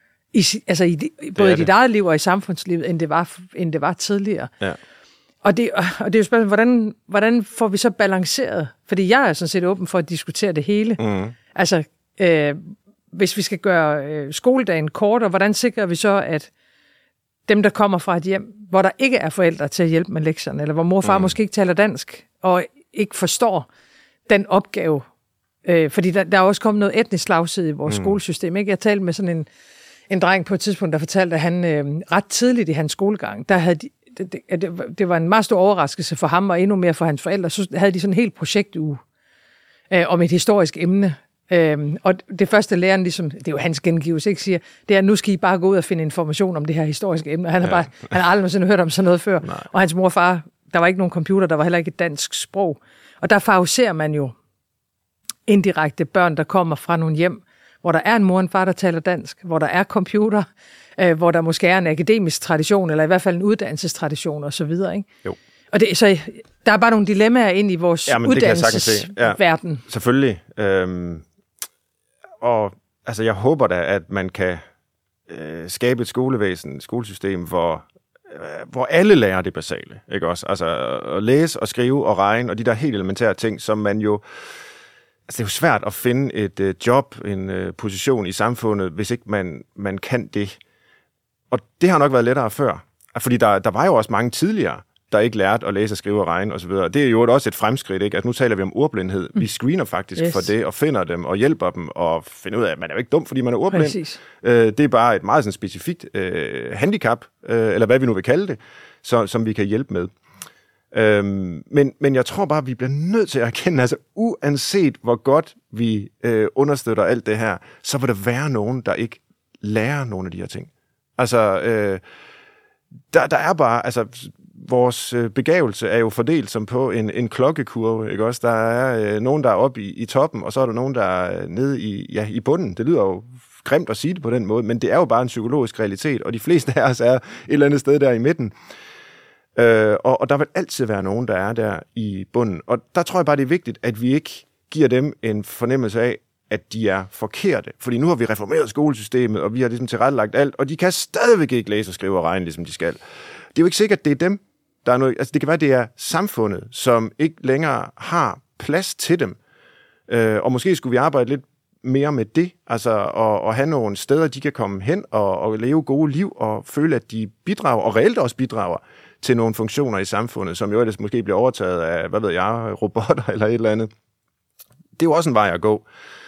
Både i dit eget liv og i samfundslivet, end det var tidligere. Ja. Og det er jo spørgsmålet, hvordan får vi så balanceret? Fordi jeg er sådan set åben for at diskutere det hele. Altså, hvis vi skal gøre skoledagen kortere, hvordan sikrer vi så, at dem, der kommer fra et hjem, hvor der ikke er forældre til at hjælpe med lektierne, eller hvor mor og far måske ikke taler dansk, og ikke forstår den opgave. Fordi der er også kommet noget etnisk slagside i vores skolesystem. Ikke? Jeg talte med sådan en dreng på et tidspunkt, der fortalte, at han ret tidligt i hans skolegang, der havde det var en meget stor overraskelse for ham, og endnu mere for hans forældre, så havde de sådan en helt projektuge om et historisk emne. Og det første læreren, ligesom, det er jo hans gengivelse, ikke, siger, det er, nu skal I bare gå ud og finde information om det her historiske emne. Han har aldrig nogensinde hørt om sådan noget før. Nej. Og hans mor og far, der var ikke nogen computer, der var heller ikke et dansk sprog. Og der favoriserer man jo indirekte børn, der kommer fra nogle hjem, hvor der er en mor og en far, der taler dansk, hvor der er computer, hvor der måske er en akademisk tradition, eller i hvert fald en uddannelsestradition og så videre, ikke? Jo. Og så der er bare nogle dilemmaer ind i vores uddannelsesverden. Ja, selvfølgelig. Og altså, jeg håber da, at man kan skabe et skolesystem, hvor alle lærer det basale, ikke også? Altså at læse og skrive og regne, og de der helt elementære ting, som man jo... Altså, det er jo svært at finde et job, en position i samfundet, hvis ikke man kan det. Og det har nok været lettere før. Fordi der var jo også mange tidligere, der ikke lærte at læse, skrive og regne osv. Det er jo også et fremskridt, ikke? At nu taler vi om ordblindhed. Vi screener faktisk for det, og finder dem, og hjælper dem, og finder ud af, at man er jo ikke dum, fordi man er ordblind. Det er bare et meget sådan specifikt handicap, eller hvad vi nu vil kalde det, som vi kan hjælpe med. Men jeg tror bare, at vi bliver nødt til at erkende, altså uanset hvor godt vi understøtter alt det her, så vil der være nogen, der ikke lærer nogle af de her ting. Altså, der er bare, altså vores begavelse er jo fordelt som på en klokkekurve, ikke også? Der er nogen, der er oppe i toppen, og så er der nogen, der er nede i bunden. Det lyder jo grimt at sige det på den måde, men det er jo bare en psykologisk realitet, og de fleste af os er et eller andet sted der i midten. Og der vil altid være nogen, der er der i bunden. Og der tror jeg bare, det er vigtigt, at vi ikke giver dem en fornemmelse af, at de er forkerte. Fordi nu har vi reformeret skolesystemet, og vi har ligesom tilrettelagt alt, og de kan stadigvæk ikke læse og skrive og regne, ligesom de skal. Det er jo ikke sikkert, at det er dem, der er noget... Altså, det kan være, at det er samfundet, som ikke længere har plads til dem. Og måske skulle vi arbejde lidt mere med det, altså at have nogle steder, de kan komme hen og leve gode liv, og føle, at de bidrager, og reelt også bidrager til nogle funktioner i samfundet, som jo ellers måske bliver overtaget af, hvad ved jeg, robotter eller et eller andet. Det er jo også en vej at gå,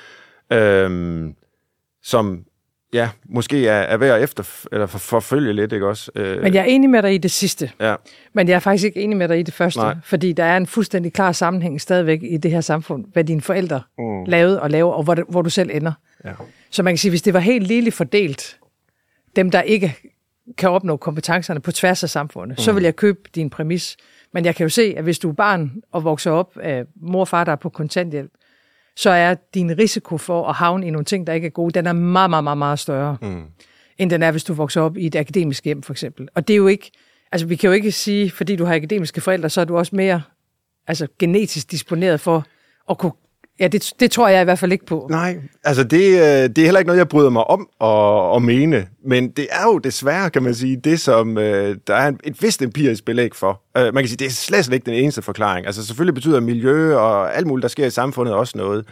som måske er værd at forfølge lidt, ikke også? Men jeg er enig med dig i det sidste, men jeg er faktisk ikke enig med dig i det første, fordi der er en fuldstændig klar sammenhæng stadigvæk i det her samfund, hvad dine forældre lavede og laver, og hvor du selv ender. Ja. Så man kan sige, hvis det var helt ligeligt fordelt, dem der ikke kan opnå kompetencerne på tværs af samfundet, så vil jeg købe din præmis. Men jeg kan jo se, at hvis du er barn og vokser op af mor og far, der er på kontanthjælp, så er din risiko for at havne i nogle ting, der ikke er gode, den er meget, meget, meget, meget større, end den er, hvis du vokser op i et akademisk hjem, for eksempel. Og det er jo ikke, altså vi kan jo ikke sige, fordi du har akademiske forældre, så er du også mere genetisk disponeret for at kunne. Ja, det tror jeg i hvert fald ikke på. Nej, altså det er heller ikke noget, jeg bryder mig om at mene, men det er jo desværre, kan man sige, det som der er et vist empirisk belæg for. Man kan sige, det er slet ikke den eneste forklaring. Altså selvfølgelig betyder miljø og alt muligt, der sker i samfundet, også noget.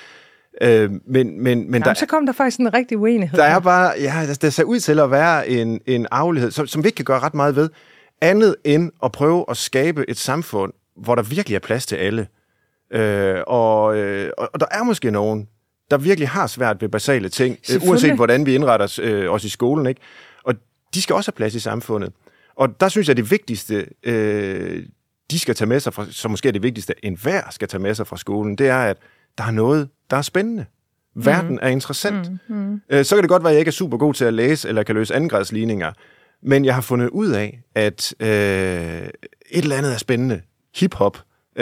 Men der, så kom der faktisk en rigtig uenighed. Der er bare, der ser ud til at være en arvelighed, som vi ikke kan gøre ret meget ved, andet end at prøve at skabe et samfund, hvor der virkelig er plads til alle. Og der er måske nogen, der virkelig har svært ved basale ting, uanset hvordan vi indretter os i skolen, ikke? Og de skal også have plads i samfundet. Og der synes jeg, det vigtigste, de skal tage med sig, som måske er det vigtigste, enhver skal tage med sig fra skolen, det er, at der er noget, der er spændende. Verden er interessant. Så kan det godt være, at jeg ikke er super god til at læse, eller kan løse andengradsligninger, men jeg har fundet ud af, at et eller andet er spændende. Hip-hop,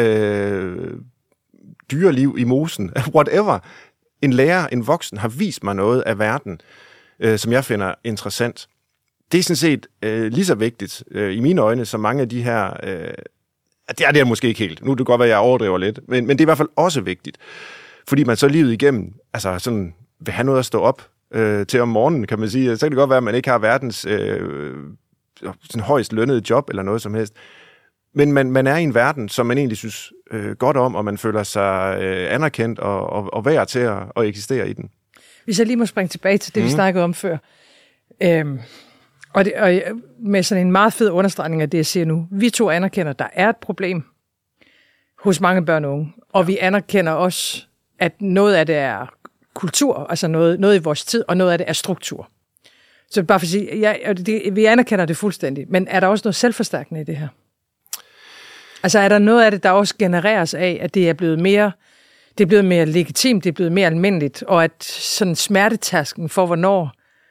dyreliv i mosen, whatever. En lærer, en voksen, har vist mig noget af verden, som jeg finder interessant. Det er sådan set lige så vigtigt i mine øjne, som mange af de her. Det er måske ikke helt. Nu er det godt være, at jeg overdriver lidt, men det er i hvert fald også vigtigt. Fordi man så livet igennem sådan, vil have noget at stå op til om morgenen, kan man sige. Så kan det godt være, at man ikke har verdens sådan højst lønnede job eller noget som helst. Men man er i en verden, som man egentlig synes godt om, og man føler sig anerkendt og værd til at eksistere i den. Hvis jeg lige må springe tilbage til det, vi snakkede om før. Og med sådan en meget fed understregning af det, jeg siger nu. Vi to anerkender, at der er et problem hos mange børn og unge. Og vi anerkender også, at noget af det er kultur, altså noget i vores tid, og noget af det er struktur. Så bare for at sige, vi anerkender det fuldstændig. Men er der også noget selvforstærkende i det her? Altså er der noget af det, der også genereres af, at det er blevet mere legitimt, det er blevet mere almindeligt, og at sådan smertetasken for, hvornår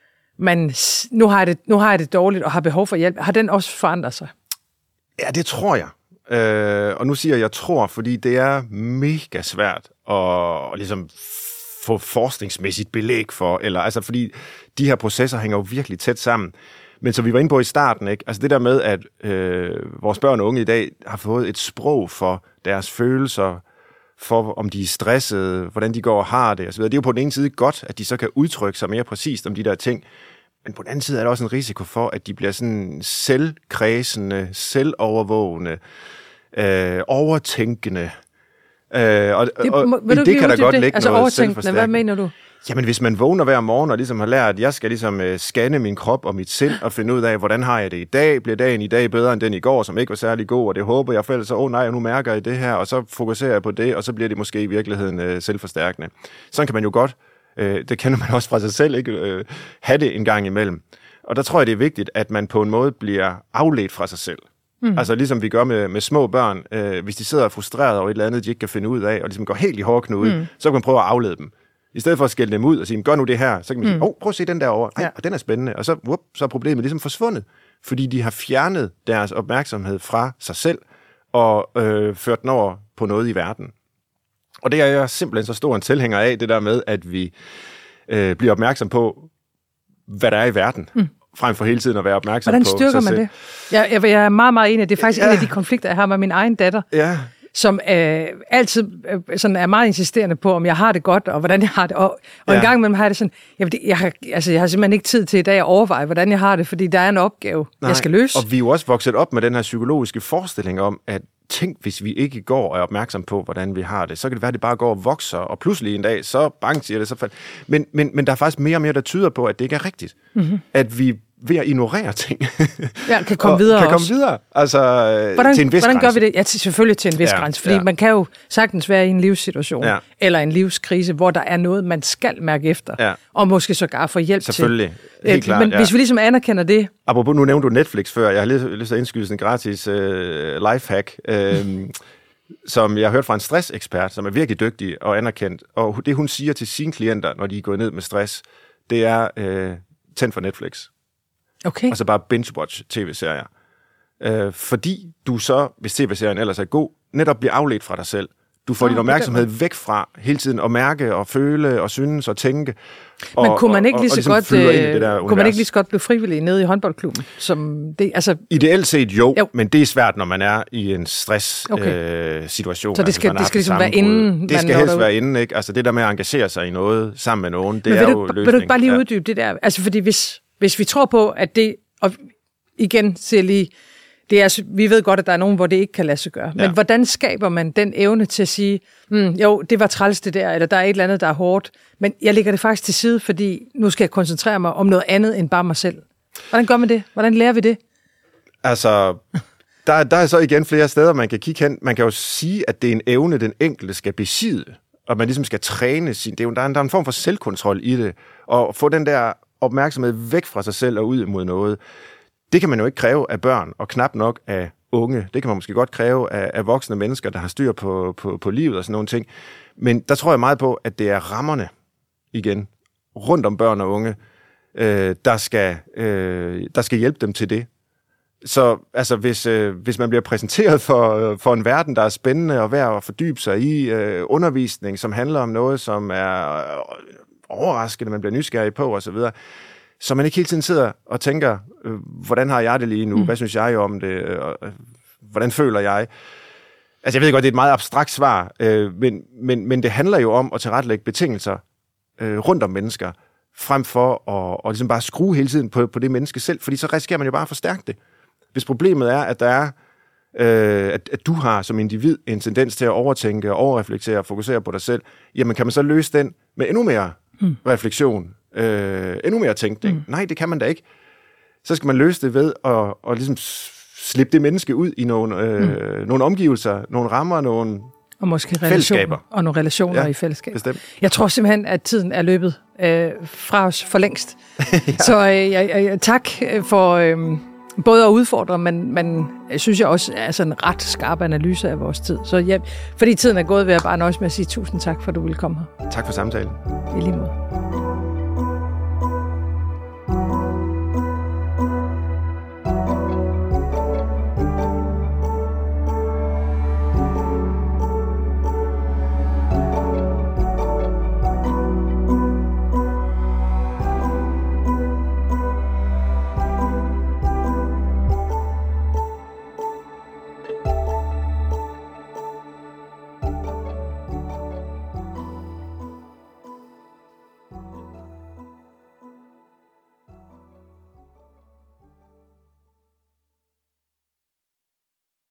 nu har jeg det dårligt og har behov for hjælp, har den også forandret sig? Ja, det tror jeg. Og nu siger jeg tror, fordi det er mega svært at ligesom få forskningsmæssigt belæg for, eller altså fordi de her processer hænger jo virkelig tæt sammen. Men som vi var inde på i starten, ikke? Altså det der med, at vores børn og unge i dag har fået et sprog for deres følelser, for om de er stressede, hvordan de går og har det osv. Det er jo på den ene side godt, at de så kan udtrykke sig mere præcist om de der ting, men på den anden side er der også en risiko for, at de bliver sådan selvkredsende, selvovervågende, overtænkende. Og det kan da godt ligge altså noget selvforstærkende. Hvad mener du? Jamen, hvis man vågner hver morgen og ligesom har lært, at jeg skal ligesom scanne min krop og mit sind og finde ud af, hvordan har jeg det i dag? Bliver dagen i dag bedre end den i går, som ikke var særlig god? Og det håber jeg, for ellers så, nej, nu mærker jeg det her, og så fokuserer jeg på det, og så bliver det måske i virkeligheden selvforstærkende. Sådan kan man jo godt, det kender man også fra sig selv, ikke? Have det en gang imellem. Og der tror jeg, det er vigtigt, at man på en måde bliver afledt fra sig selv. Altså ligesom vi gør med små børn. Hvis de sidder frustreret over et eller andet, de ikke kan finde ud af, og ligesom går helt i hårdknude, så kan man prøve at aflede dem. I stedet for at skælde dem ud og sige, gør nu det her, så kan man sige, prøv at se den derovre. Ej, og den er spændende. Og så er problemet ligesom forsvundet, fordi de har fjernet deres opmærksomhed fra sig selv og ført den over på noget i verden. Og det er jeg simpelthen så stor en tilhænger af, det der med, at vi bliver opmærksom på, hvad der er i verden, frem for hele tiden at være opmærksom på sig selv. Hvordan styrker man det? Jeg er meget, meget enig. Det er faktisk en af de konflikter, jeg har med min egen datter. Ja. Som altid sådan er meget insisterende på, om jeg har det godt, og hvordan jeg har det. Og en gang imellem har jeg det sådan, jeg har simpelthen ikke tid til i dag at overveje, hvordan jeg har det, fordi der er en opgave, jeg skal løse. Og vi er jo også vokset op med den her psykologiske forestilling om, at tænk, hvis vi ikke går og er opmærksom på, hvordan vi har det, så kan det være, at det bare går og vokser, og pludselig en dag, så bang, siger det, så falder. Men der er faktisk mere og mere, der tyder på, at det ikke er rigtigt. At vi ved at ignorere ting. Kan komme videre kan komme videre, altså til en vis hvordan grænse. gør vi det? Ja, selvfølgelig til en vis grænse, fordi man kan jo sagtens være i en livssituation, eller en livskrise, hvor der er noget, man skal mærke efter, og måske sågar få hjælp til. Selvfølgelig, helt klart. Men hvis vi ligesom anerkender det. Apropos, nu nævnte du Netflix før, jeg har lyst til at indskyde en gratis lifehack, som jeg har hørt fra en stressekspert, som er virkelig dygtig og anerkendt, og det hun siger til sine klienter, når de er gået ned med stress, det er, tænd for Netflix. Okay. Og så bare binge-watch tv-serier. Fordi du så, hvis tv-serien ellers er god, netop bliver afledt fra dig selv. Du får din opmærksomhed væk fra hele tiden at mærke og føle og synes og tænke. Men kunne man ikke lige så ligesom godt, kunne man ikke lige så godt blive frivillig nede i håndboldklubben? Som det, altså... Ideelt set jo, men det er svært, når man er i en stress-situation. Så det skal ligesom være inden? Det skal helst være inden, ikke? Altså det der med at engagere sig i noget sammen med nogen, det er jo løsning. Vil du ikke bare lige uddybe det der? Altså fordi hvis vi tror på, at det... Og igen siger lige... vi ved godt, at der er nogen, hvor det ikke kan lade sig gøre. Men hvordan skaber man den evne til at sige, jo, det var træls det der, eller der er et eller andet, der er hårdt, men jeg lægger det faktisk til side, fordi nu skal jeg koncentrere mig om noget andet end bare mig selv. Hvordan gør man det? Hvordan lærer vi det? Altså, der er så igen flere steder, man kan kigge hen. Man kan jo sige, at det er en evne, den enkelte skal besidde, og man ligesom skal træne sin... Der er en form for selvkontrol i det, og få den der opmærksomhed væk fra sig selv og ud mod noget. Det kan man jo ikke kræve af børn, og knap nok af unge. Det kan man måske godt kræve af voksne mennesker, der har styr på livet og sådan nogle ting. Men der tror jeg meget på, at det er rammerne, igen, rundt om børn og unge, der skal hjælpe dem til det. Så altså, hvis man bliver præsenteret for en verden, der er spændende og værd at fordybe sig i, undervisning, som handler om noget, som er overraskende, man bliver nysgerrig på osv., så man ikke hele tiden sidder og tænker, hvordan har jeg det lige nu? Hvad synes jeg om det? Hvordan føler jeg? Altså, jeg ved godt, det er et meget abstrakt svar, men det handler jo om at tilrettelægge betingelser rundt om mennesker, frem for at ligesom bare skrue hele tiden på det menneske selv, fordi så risikerer man jo bare at forstærke det. Hvis problemet er, at der er, at du har som individ en tendens til at overtænke og overreflektere og fokusere på dig selv, jamen kan man så løse den med endnu mere refleksion, endnu mere tænkning? Nej, det kan man da ikke. Så skal man løse det ved at ligesom slippe det menneske ud i nogle omgivelser, nogle rammer, nogle og måske fællesskaber. Og nogle relationer i fællesskab. Bestemt. Jeg tror simpelthen, at tiden er løbet fra os for længst. Så tak for både at udfordre, men jeg synes jeg også er sådan en ret skarp analyse af vores tid. Så fordi tiden er gået, vil jeg bare nøjes med at sige tusind tak, for at du ville komme her. Tak for samtalen. I lige måde.